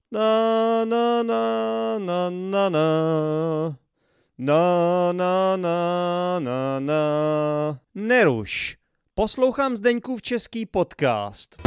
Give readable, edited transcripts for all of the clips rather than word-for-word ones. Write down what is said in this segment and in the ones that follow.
Na, na, na, na, na, na. Na, na, na, na, na. Neruš. Poslouchám Zdeňkův český podcast.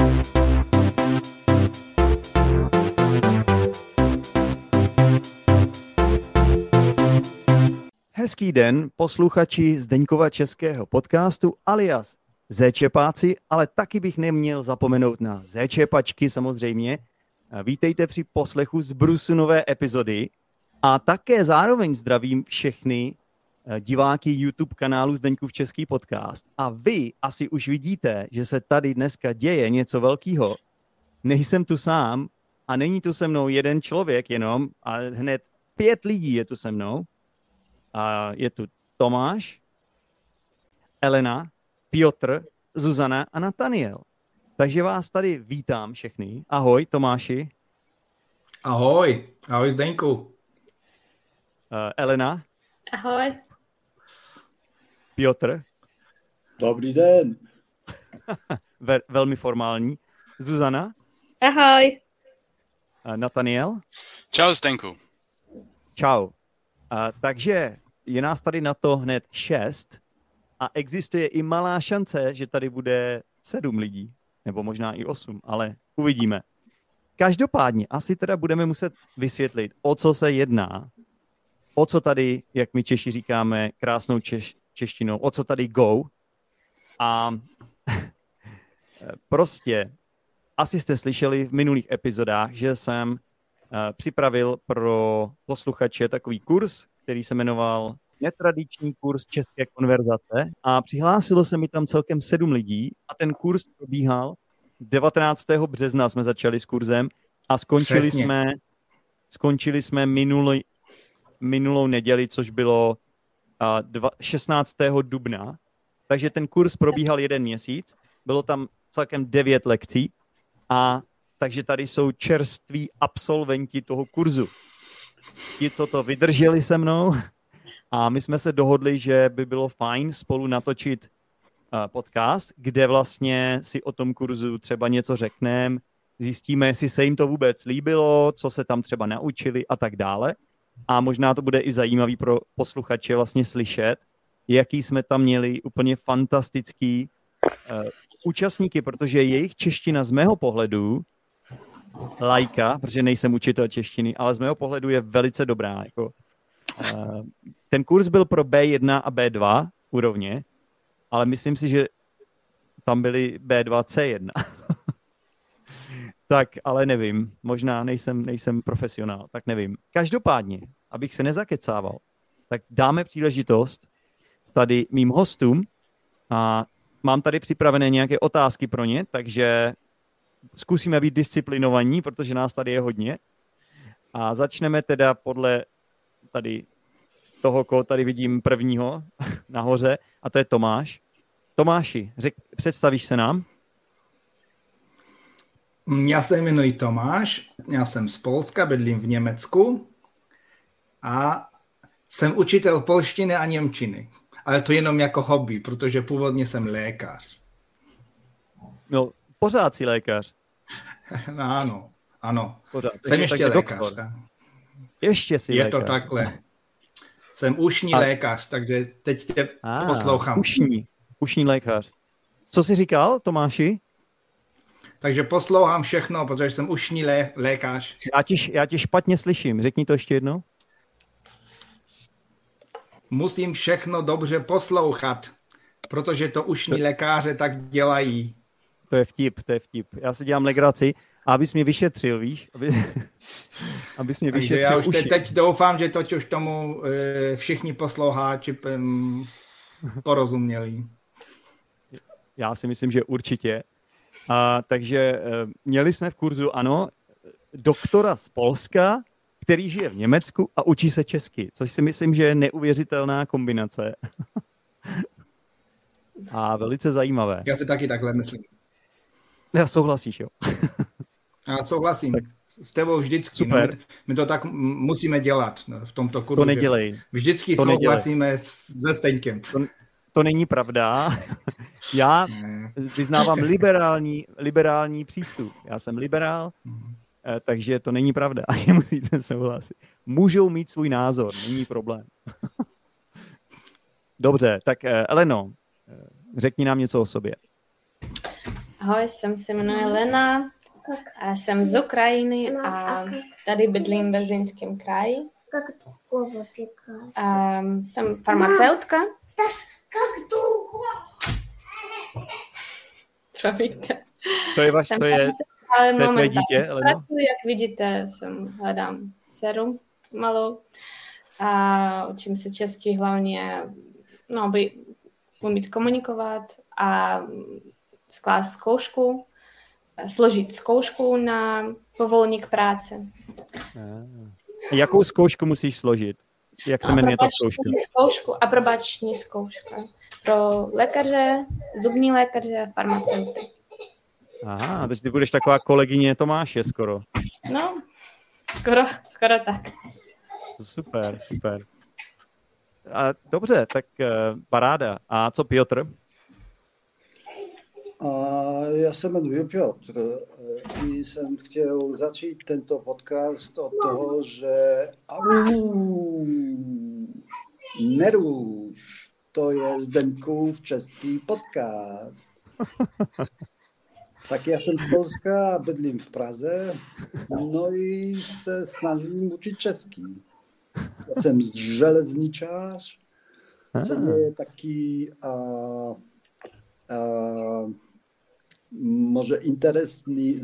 Hezký den, posluchači Zdeňkova českého podcastu alias Zéčepáci, ale taky bych neměl zapomenout na Zéčepačky samozřejmě. Vítejte při poslechu z Brusu nové epizody a také zároveň zdravím všechny diváky YouTube kanálu Zdeňkův český podcast. A vy asi už vidíte, že se tady dneska děje něco velkého. Nejsem tu sám a není tu se mnou jeden člověk jenom, ale hned 5 lidí je tu se mnou. A je tu Tomáš, Elena, Piotr, Zuzana a Nataniel. Takže vás tady vítám všechny. Ahoj, Tomáši. Ahoj, ahoj Zdeňku. Elena. Ahoj. Piotr. Dobrý den. Velmi formální. Zuzana. Ahoj. Nataniel. Čau, Zdeňku. Čau. Takže je nás tady na to hned 6 a existuje i malá šance, že tady bude 7 lidí, nebo možná i 8, ale uvidíme. Každopádně asi teda budeme muset vysvětlit, o co se jedná, o co tady, jak my Češi říkáme krásnou češtinou, o co tady go. A prostě asi jste slyšeli v minulých epizodách, že jsem připravil pro posluchače takový kurz, který se jmenoval Netradiční kurz české konverzace a přihlásilo se mi tam celkem 7 lidí a ten kurz probíhal 19. března jsme začali s kurzem a skončili jsme minulou neděli, což bylo 16. dubna, takže ten kurz probíhal 1 měsíc, bylo tam celkem 9 lekcí a takže tady jsou čerství absolventi toho kurzu. Ti, co to vydrželi se mnou a my jsme se dohodli, že by bylo fajn spolu natočit podcast, kde vlastně si o tom kurzu třeba něco řekneme, zjistíme, jestli se jim to vůbec líbilo, co se tam třeba naučili a tak dále. A možná to bude i zajímavý pro posluchače vlastně slyšet, jaký jsme tam měli úplně fantastický účastníky, protože jejich čeština z mého pohledu lajka, protože nejsem učitel češtiny, ale z mého pohledu je velice dobrá. Jako, ten kurz byl pro B1 a B2 úrovně, ale myslím si, že tam byly B2, C1. Tak, ale nevím. Možná nejsem profesionál, tak nevím. Každopádně, abych se nezakecával, tak dáme příležitost tady mým hostům a mám tady připravené nějaké otázky pro ně, takže zkusíme být disciplinovaní, protože nás tady je hodně. A začneme teda podle tady toho, koho tady vidím prvního nahoře, a to je Tomáš. Tomáši, představíš se nám? Já se jmenuji Tomáš, já jsem z Polska, bydlím v Německu a jsem učitel polštiny a němčiny. Ale to jenom jako hobby, protože původně jsem lékař. No, pořád jsi lékař. Ano. Pořád. Jsem ještě lékař. Ještě jsi je lékař. To takhle. Jsem ušní lékař, takže teď tě poslouchám. Ušní lékař. Co jsi říkal, Tomáši? Takže poslouchám všechno, protože jsem ušní lékař. Já tě špatně slyším. Řekni to ještě jednou. Musím všechno dobře poslouchat, protože to ušní lékaře tak dělají. To je vtip. Já si dělám legraci, abys mě vyšetřil, víš? Abys mě vyšetřil já už uši. teď doufám, že to už tomu všichni poslouchači porozuměli. Já si myslím, že určitě. Takže měli jsme v kurzu, ano, doktora z Polska, který žije v Německu a učí se česky, což si myslím, že je neuvěřitelná kombinace. A velice zajímavé. Já si taky takhle myslím. Já souhlasíš, jo? Já souhlasím. Tak, s tebou vždycky. Super. My to tak musíme dělat v tomto kurzu. To nedělej. Vždycky to souhlasíme se Zdeňkem. To není pravda. Já vyznávám liberální přístup. Já jsem liberál takže to není pravda. A je musíte souhlasit. Můžou mít svůj názor, není problém. Dobře, tak Eleno, řekni nám něco o sobě. Ahoj, se jmenuji Lena, a jsem z Ukrajiny a tady bydlím ve Zlínském kraji. Jsem farmaceutka. Promiňte. To je tvoje dítě, Eleno? Pracuji, jak vidíte, hledám dceru malou a učím se česky hlavně, umět komunikovat a sklást zkoušku, složit zkoušku na povolení k práci. Jakou zkoušku musíš složit? Jak se jmenuje ta zkouška? Aprobační zkouška pro lékaře, zubní lékaře a farmaceuty. Aha, takže ty budeš taková kolegyně Tomáše skoro. No, skoro tak. Super. A dobře, tak paráda. A co Piotr? Já se jmenuji Piotr. Jsem chtěl začít tento podcast od toho, že neruš, to je Zdeňkův český podcast. Tak já jsem z Polska, bydlím v Praze, no i se snažím učit český. Já jsem železničář, co je taky może interesný,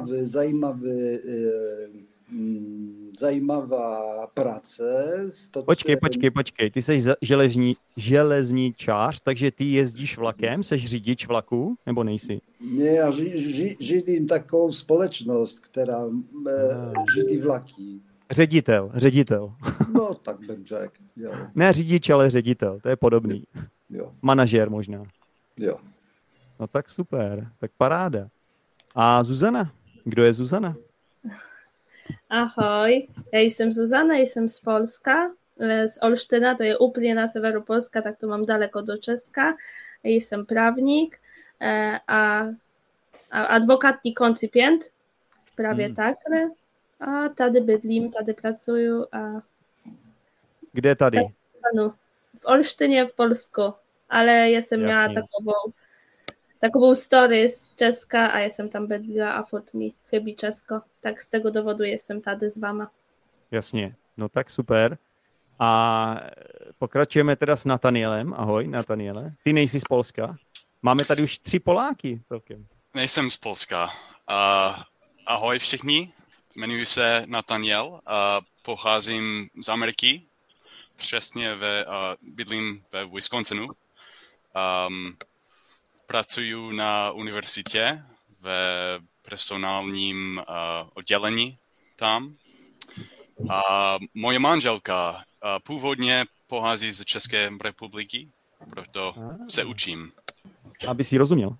zajímavá práce. Počkej, ty jsi železničář, takže ty jezdíš vlakem, seš řidič vlaku, nebo nejsi? Ne, já řídím takovou společnost, která řídí vlaky. Ředitel. No, tak bych řekl. Jo. Ne řidič, ale ředitel, to je podobný. Jo. Manažér možná. Jo. No tak super, tak paráda. A Zuzana? Kdo je Zuzana? Ahoj, ja jestem Zuzana, jestem z Polska, z Olsztyna, to je úplně na severu Polska, tak to mám daleko do Česka. Jestem prawnik, a adwokatní koncipient, prawie takhle. A tady bydlím, tady pracuju. A kde tady? V Olsztynie, v Polsku, ale ja jsem miała takovou story z Česka a jsem tam bydlila a furt mi chybí Česko, tak z tego dowodu jsem tady s váma. Jasně, no tak super. A pokračujeme teda s Natanielem. Ahoj, Nataniele. Ty nejsi z Polska. Máme tady už 3 Poláky celkem. Nejsem z Polska. Ahoj všichni, jmenuji se Nataniel, pocházím z Ameriky, přesně bydlím ve Wisconsinu. Pracuju na univerzitě ve personálním oddělení tam. A moje manželka původně pochází z České republiky, proto se učím. Aby si rozuměl.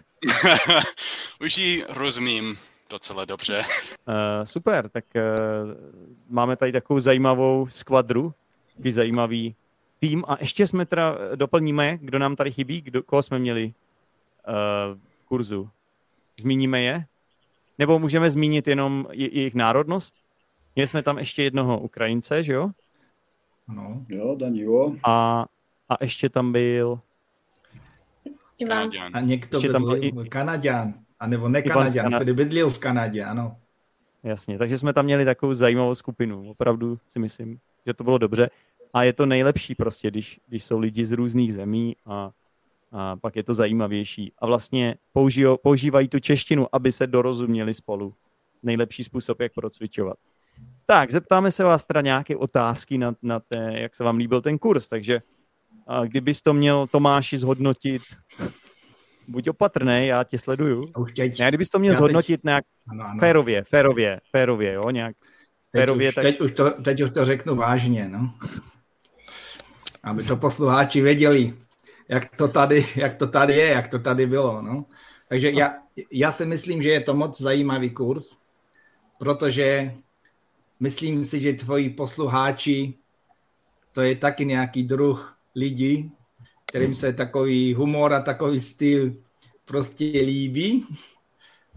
Už ji rozumím docela dobře. Super, tak máme tady takovou zajímavou skvadru, takový zajímavý tým a ještě jsme teda doplníme, kdo nám tady chybí, koho jsme měli v kurzu. Zmíníme je? Nebo můžeme zmínit jenom jejich národnost? Měli jsme tam ještě jednoho Ukrajince, že jo? No. Jo, Danilo. A ještě tam byl Ivan. A někdo byl Kanaďan, anebo nekanaďan, který bydlil v Kanadě, ano. Jasně, takže jsme tam měli takovou zajímavou skupinu. Opravdu si myslím, že to bylo dobře. A je to nejlepší prostě, když jsou lidi z různých zemí a pak je to zajímavější. A vlastně používají tu češtinu, aby se dorozuměli spolu. Nejlepší způsob, jak procvičovat. Tak, zeptáme se vás teda nějaké otázky na té, jak se vám líbil ten kurz. Takže kdybys to měl, Tomáši, zhodnotit, buď opatrnej, já tě sleduju. Ne, kdybys to měl zhodnotit nějak férově, jo, nějak férově. Teď už to řeknu vážně, no. Aby to posluchači věděli, jak to tady je, jak to tady bylo, no. Takže já si myslím, že je to moc zajímavý kurz, protože myslím si, že tvoji posluchači, to je taky nějaký druh lidí, kterým se takový humor a takový styl prostě líbí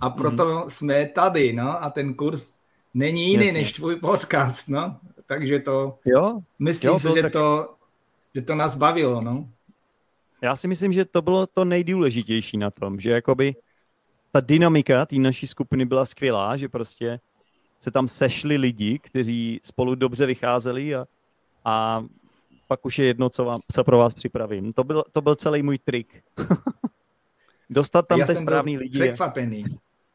a proto jsme tady, no, a ten kurz není jiný Jasně. než tvůj podcast, no, takže to, Jo, myslím si, že to nás bavilo, no. já si myslím, že to bylo to nejdůležitější na tom, že jakoby ta dynamika té naší skupiny byla skvělá, že prostě se tam sešli lidi, kteří spolu dobře vycházeli a pak už je jedno, co pro vás připravím. To byl celý můj trik. Dostat tam ty správný lidi. Já jsem byl překvapený.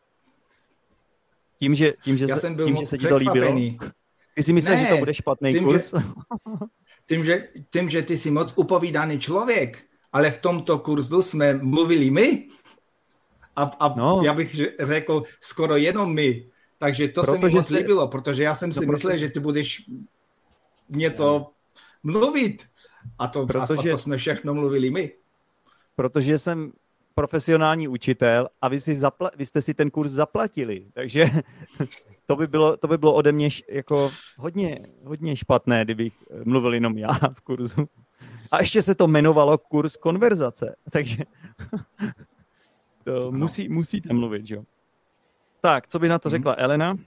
Tím, že se ti to líbilo? Ty si myslel, že to bude špatný kurz? Tím, že ty jsi moc upovídaný člověk, ale v tomto kurzu jsme mluvili my a já bych řekl skoro jenom my. Takže to se mi moc líbilo, protože já jsem si myslel, že ty budeš něco mluvit. A to jsme všechno mluvili my. Protože jsem profesionální učitel a vy jste si ten kurz zaplatili. Takže to by bylo ode mě jako hodně špatné, kdybych mluvil jenom já v kurzu. A ještě se to jmenovalo kurz konverzace. Takže to musíte mluvit, jo. Tak, co by na to řekla Elena?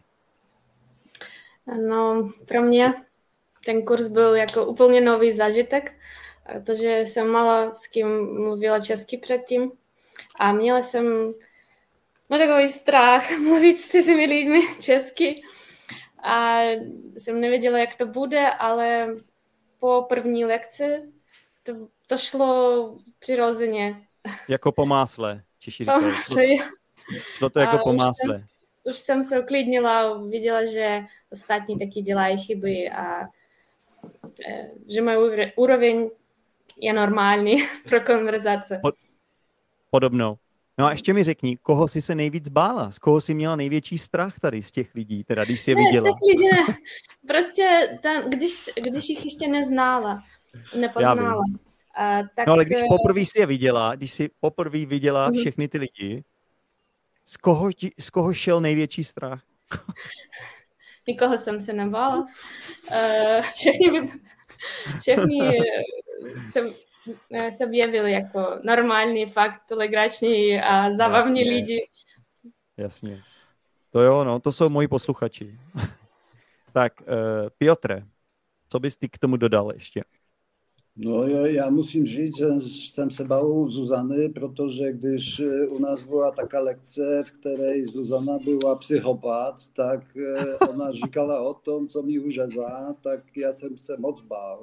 No, pro mě ten kurz byl jako úplně nový zážitek, protože jsem málo s kým mluvila česky předtím a měla jsem takový strach mluvit s cizími lidmi česky a jsem nevěděla, jak to bude, ale po první lekci to šlo přirozeně. Jako po másle, Češi říkají. Šlo to jako po másle. Už jsem se uklidnila, viděla, že ostatní taky dělají chyby a že můj úroveň je normální pro konverzace. Podobnou. No a ještě mi řekni, koho jsi se nejvíc bála? Z koho jsi měla největší strach tady z těch lidí, teda když jsi je viděla? Ne. Prostě když jich ještě nepoznala. Tak, no ale když poprvé si je viděla, když jsi poprvé viděla všechny ty lidi, z koho šel největší strach? Nikoho jsem se nebála. Všechny se vyjevili jako normální, fakt legrační a zábavní lidi. Jasně. To jo, no, to jsou moji posluchači. Tak, Piotre, co bys ty k tomu dodal ještě? No já musím říct, že jsem se bál Zuzany, protože když u nás byla taká lekce, v které Zuzana byla psychopat, tak ona říkala o tom, co mi uřezá, tak já jsem se moc bál.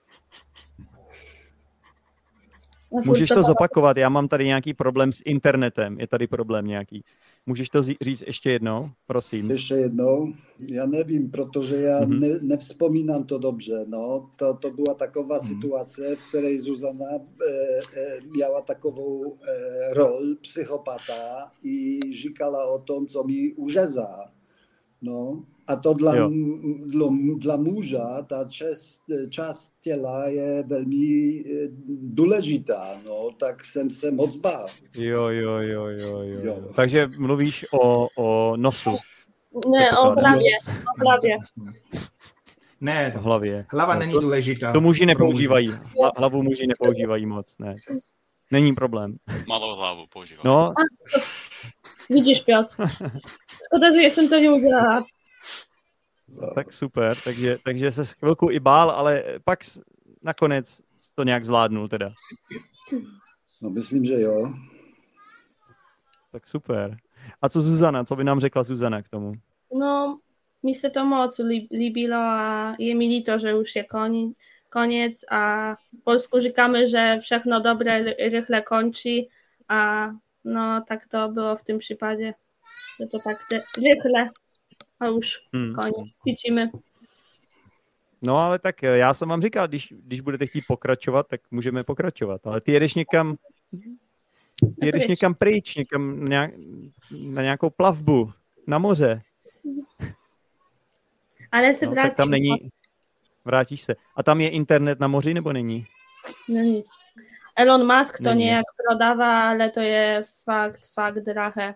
Můžeš to zopakovat? Já mám tady nějaký problém s internetem. Je tady problém nějaký. Můžeš to říct ještě jednou? Prosím. Ještě jednou? Já nevím, protože já nevzpomínám to dobře. No. To byla taková situace, v které Zuzana měla takovou roli psychopata i říkala o tom, co mi uřezá. No. A to dla muža ta část těla je velmi důležitá, no, tak jsem se moc bál. Jo. Takže mluvíš o nosu. Ne, o hlavě. Ne, hlavě. Hlava není důležitá. To muži nepoužívají. Hlavu muži nepoužívají moc, ne. Není problém. Malou hlavu používají. No. Vidíš, Piotr. Škoda, že jsem to neudělala. Tak super, takže se chvilku i bál, ale pak nakonec to nějak zvládnul teda. No myslím, že jo. Tak super. A co Zuzana? Co by nám řekla Zuzana k tomu? No, mi se to moc líbilo a je mi líto, že už je koniec a v Polsku říkáme, že všechno dobré rychle končí a no tak to bylo v tym przypadku, że to tak rychle a już koniec, widzimy. No ale tak já jsem vám říkal, když budete chtít pokračovat, tak můžeme pokračovat, ale ty jedeš někam pryč, někam na nějakou plavbu, na moře. Ale se vrátím. Tak tam není, vrátíš se. A tam je internet na moři, nebo není? Není. Elon Musk to nějak prodává, ale to je fakt drahé.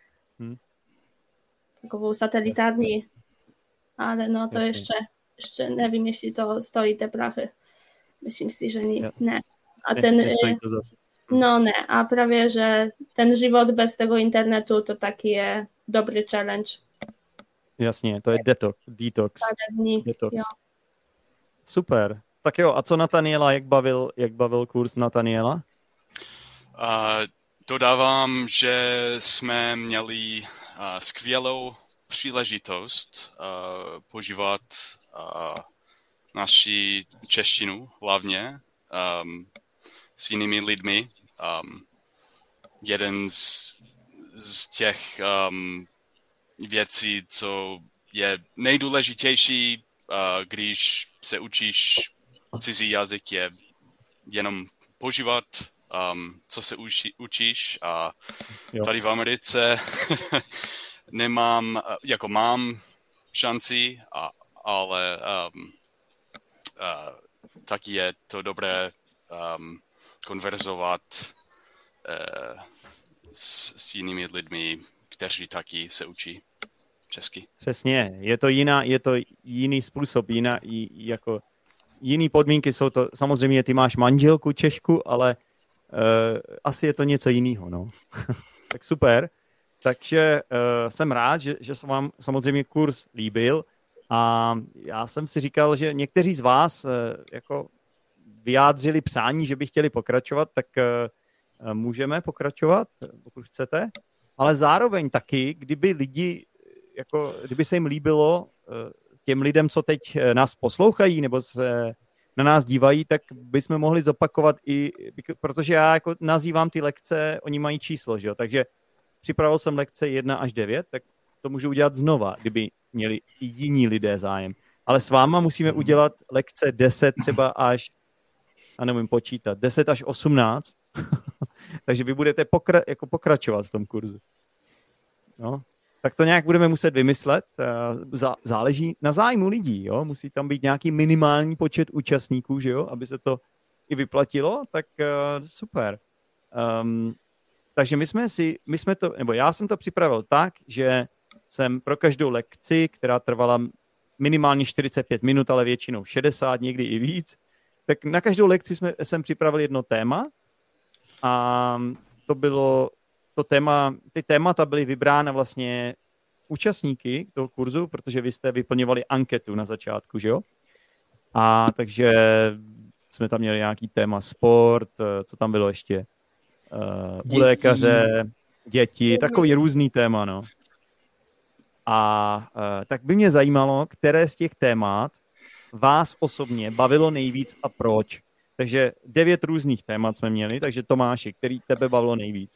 Takovou satelitarní. Ale no to ještě nevím, jestli to stojí te prachy. Myslím si, že ne. A ten... No ne, a prawie, že ten život bez tego internetu to taky je dobrý challenge. Jasně, to je detox. Detox. Jo. Super. Tak jo, a co Nataniela, jak bavil kurz Nataniela? Dodávám, že jsme měli skvělou příležitost požívat naši češtinu hlavně s jinými lidmi. Jeden z těch věcí, co je nejdůležitější, když se učíš cizí jazyk, je jenom požívat, co se učíš. A tady v Americe mám šanci, ale taky je to dobré konverzovat s jinými lidmi, kteří taky se učí česky. Přesně, je to jiný způsob, jiný podmínky jsou to, samozřejmě ty máš manželku Češku, ale asi je to něco jiného, no. Tak super, takže jsem rád, že se vám samozřejmě kurz líbil a já jsem si říkal, že někteří z vás jako vyjádřili přání, že by chtěli pokračovat, tak můžeme pokračovat, pokud chcete, ale zároveň taky, kdyby se jim líbilo těm lidem, co teď nás poslouchají nebo se na nás dívají, tak bychom mohli zopakovat protože já jako nazývám ty lekce, oni mají číslo, že jo, takže připravil jsem lekce 1 až 9, tak to můžu udělat znova, kdyby měli i jiní lidé zájem. Ale s váma musíme udělat lekce 10 třeba až, a nevím počítat, 10 až 18, takže vy budete pokračovat v tom kurzu. No, tak to nějak budeme muset vymyslet. Záleží na zájmu lidí, jo? Musí tam být nějaký minimální počet účastníků, že jo? Aby se to i vyplatilo, tak super. Takže já jsem to připravil tak, že jsem pro každou lekci, která trvala minimálně 45 minut, ale většinou 60, někdy i víc, tak na každou lekci jsem připravil jedno téma a ty témata byly vybrána vlastně účastníky toho kurzu, protože vy jste vyplňovali anketu na začátku, že jo? A takže jsme tam měli nějaký téma sport, co tam bylo ještě? U lékaře, děti, takový různý téma, no. A tak by mě zajímalo, které z těch témat vás osobně bavilo nejvíc a proč. Takže 9 různých témat jsme měli, takže Tomáši, který tebe bavilo nejvíc?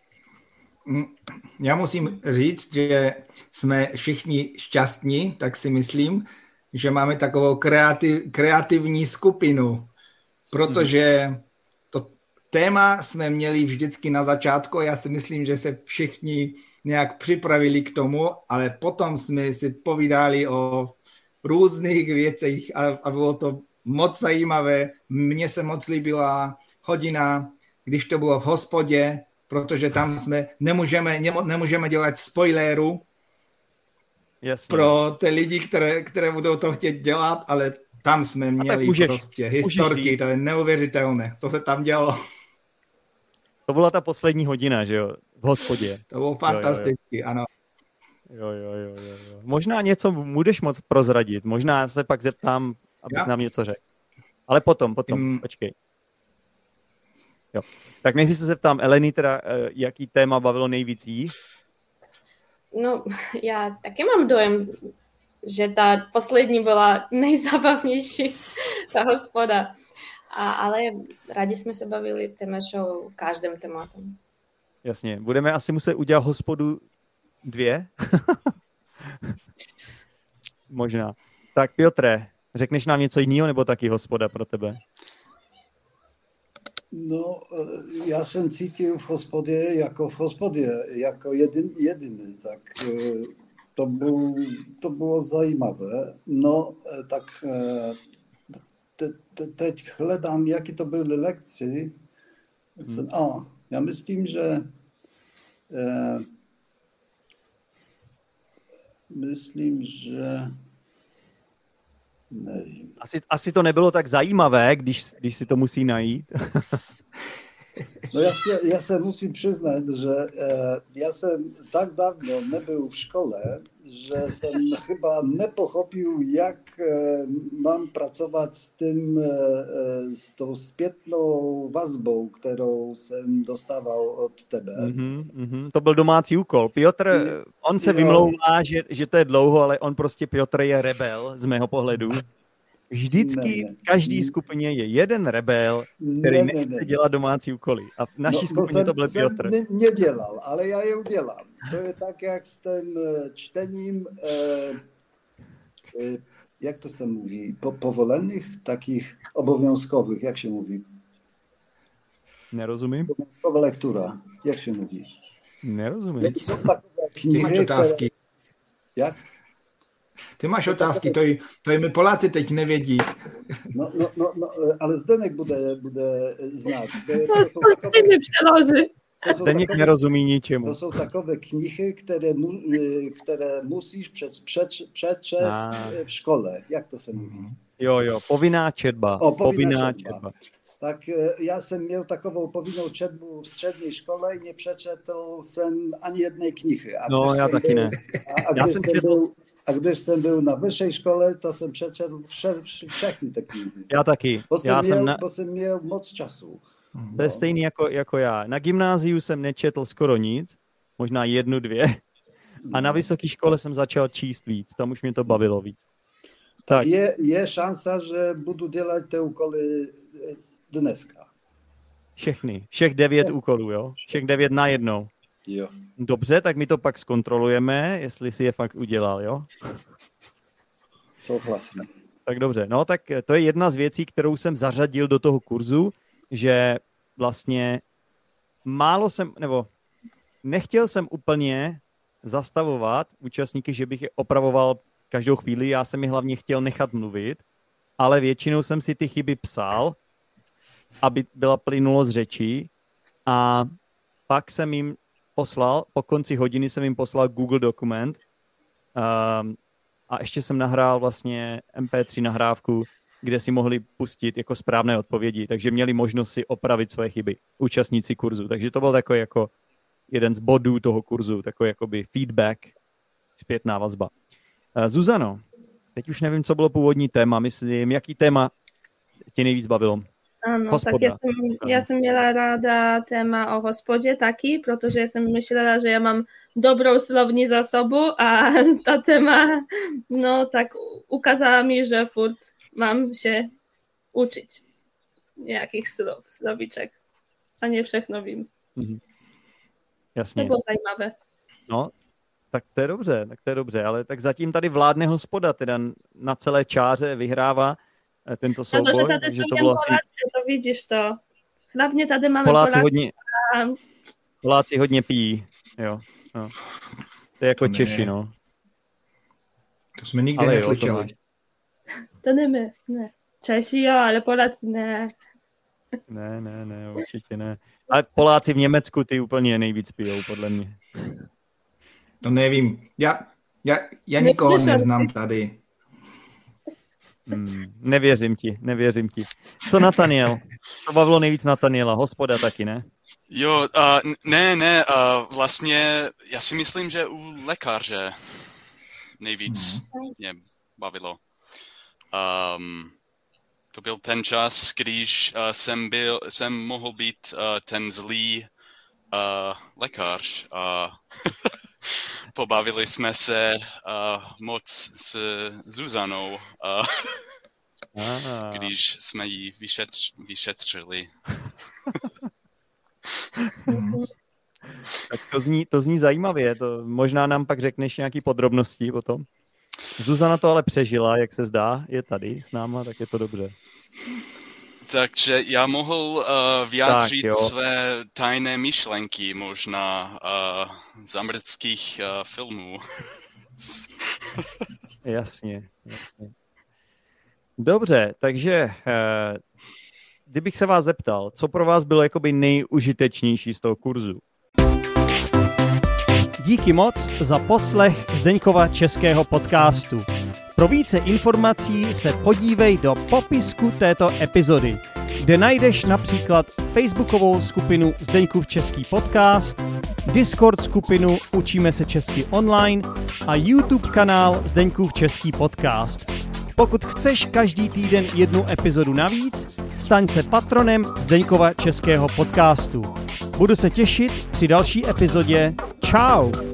Já musím říct, že jsme všichni šťastní, tak si myslím, že máme takovou kreativní skupinu, protože to téma jsme měli vždycky na začátku. Já si myslím, že se všichni nějak připravili k tomu, ale potom jsme si povídali o různých věcech a bylo to moc zajímavé. Mně se moc líbila hodina, když to bylo v hospodě, protože tam jsme nemůžeme dělat spoileru. Jasně. Pro ty lidi, které budou to chtět dělat, ale tam jsme měli prostě historky, to je neuvěřitelné, co se tam dělo. To byla ta poslední hodina, že jo, v hospodě. To bylo fantasticky, ano. Jo. Možná něco budeš moc prozradit, možná se pak zeptám, abys nám něco řekl. Ale potom, počkej. Jo. Tak než se zeptám Eleny, teda, jaký téma bavilo nejvíc jí? No, já taky mám dojem, že ta poslední byla nejzábavnější, ta hospoda. Ale rádi jsme se bavili téměř o každém tématu. Jasně, budeme asi muset udělat hospodu 2. Možná. Tak Piotre, řekneš nám něco jiného, nebo taky hospoda pro tebe? No, já jsem cítil v hospodě, jako jediný, tak to bylo zajímavé. No, tak teď hledám, jaké to byly lekce. Já myslím, že nevím. Asi to nebylo tak zajímavé, když si to musí najít. No ja se musím přiznat, že ja jsem tak dávno nebyl v škole, že jsem chyba nepochopil, jak mám pracovat s tou zpětnou vazbou, kterou jsem dostával od tebe. To byl domácí úkol. Piotr, on se vymlouvá, že to je dlouho, ale on prostě Piotr je rebel z mého pohledu. Vždycky v každé skupině je jeden rebel, který nechce dělat domácí úkoly. A v naší skupině to byl Piotr. Nedělal, ale já je udělám. To je tak, jak s tím čtením, jak to se mluví, povolených, takých obowiązkowych, jak się mówi? Nerozumím. Obowiązkowa lektura, jak się mówi? Nerozumím. Jsou takové knihy, otázky. Jak? Ty máš otázky, to je my Poláci teď nevědí. No, ale Zdenek bude znát. To mi přeloží. Zdeněk nerozumí ničemu. To jsou takové knihy, které musíš přečíst v škole. Jak to se mluví? Jo, povinná četba. Povinná četba. Tak já jsem měl takovou povinnou četbu v střední škole i nepřečetl jsem ani jedné knihy. Já taky ne. A když jsem byl na vyšší škole, to jsem přečetl všechny ty knihy. Já taky. Bo jsem měl moc času. To je stejný jako já. Na gymnáziu jsem nečetl skoro nic, možná 1, 2. A na vysoké škole jsem začal číst víc. Tam už mě to bavilo víc. Tak. Je šanca, že budu dělat ty úkoly dneska. Všech 9 úkolů, jo? Všech 9 najednou. Jo. Dobře, tak my to pak zkontrolujeme, jestli si je fakt udělal, jo? Souhlasím. Tak dobře, no tak to je jedna z věcí, kterou jsem zařadil do toho kurzu, že vlastně nechtěl jsem úplně zastavovat účastníky, že bych je opravoval každou chvíli, já jsem je hlavně chtěl nechat mluvit, ale většinou jsem si ty chyby psal, aby byla plynulost řečí a pak jsem jim poslal, po konci hodiny jsem jim poslal Google dokument a ještě jsem nahrál vlastně MP3 nahrávku, kde si mohli pustit jako správné odpovědi, takže měli možnost si opravit své chyby, účastníci kurzu. Takže to byl takový jako jeden z bodů toho kurzu, takový jakoby feedback, zpětná vazba. Zuzano, teď už nevím, co bylo původní téma, myslím, jaký téma tě nejvíc bavilo? Ano, Hospoda. tak ja som miela rada téma o hospodě taky, protože jsem myslela, že ja mám dobrou slovní zásobu a ta téma, no tak ukázala mi, že furt mám się učiť nejakých slovíček a nie všechno vím. Jasně. To bylo zajímavé. No, tak to je dobře, ale tak zatím tady vládne hospoda, teda na celé čáře vyhrává tento souboj. Protože tady jsou jen Poláci, to vidíš to. Hlavně tady máme Poláci hodně pijí, jo. No. To je jako to Češi, no. To jsme nikdy neslyšeli. To ne. Češi jo, ale Poláci ne. Ne, určitě ne. Ale Poláci v Německu ty úplně nejvíc pijou, podle mě. To nevím. Já nikoho neznám tady. Nevěřím ti. Co Nataniel? To bavilo nejvíc Nataniela. Hospoda taky, ne? Jo, ne, vlastně já si myslím, že u lékaře nejvíc mě bavilo. To byl ten čas, když jsem mohl být ten zlý lékař. Pobavili jsme se moc s Zuzanou, když jsme ji vyšetřili. Tak to zní zajímavě. Možná nám pak řekneš nějaký podrobnosti o tom. Zuzana to ale přežila, jak se zdá, je tady s náma, tak je to dobře. Takže já mohl vyjádřit své tajné myšlenky možná z amerických filmů. Jasně. Dobře, takže kdybych se vás zeptal, co pro vás bylo jakoby nejužitečnější z toho kurzu? Díky moc za poslech Zdeňkova českého podcastu. Pro více informací se podívej do popisku této epizody. kde najdeš například facebookovou skupinu Zdeňkův český podcast, Discord skupinu Učíme se česky online a YouTube kanál Zdeňkův český podcast. Pokud chceš každý týden jednu epizodu navíc, staň se patronem Zdeňkova českého podcastu. Budu se těšit při další epizodě. Čau!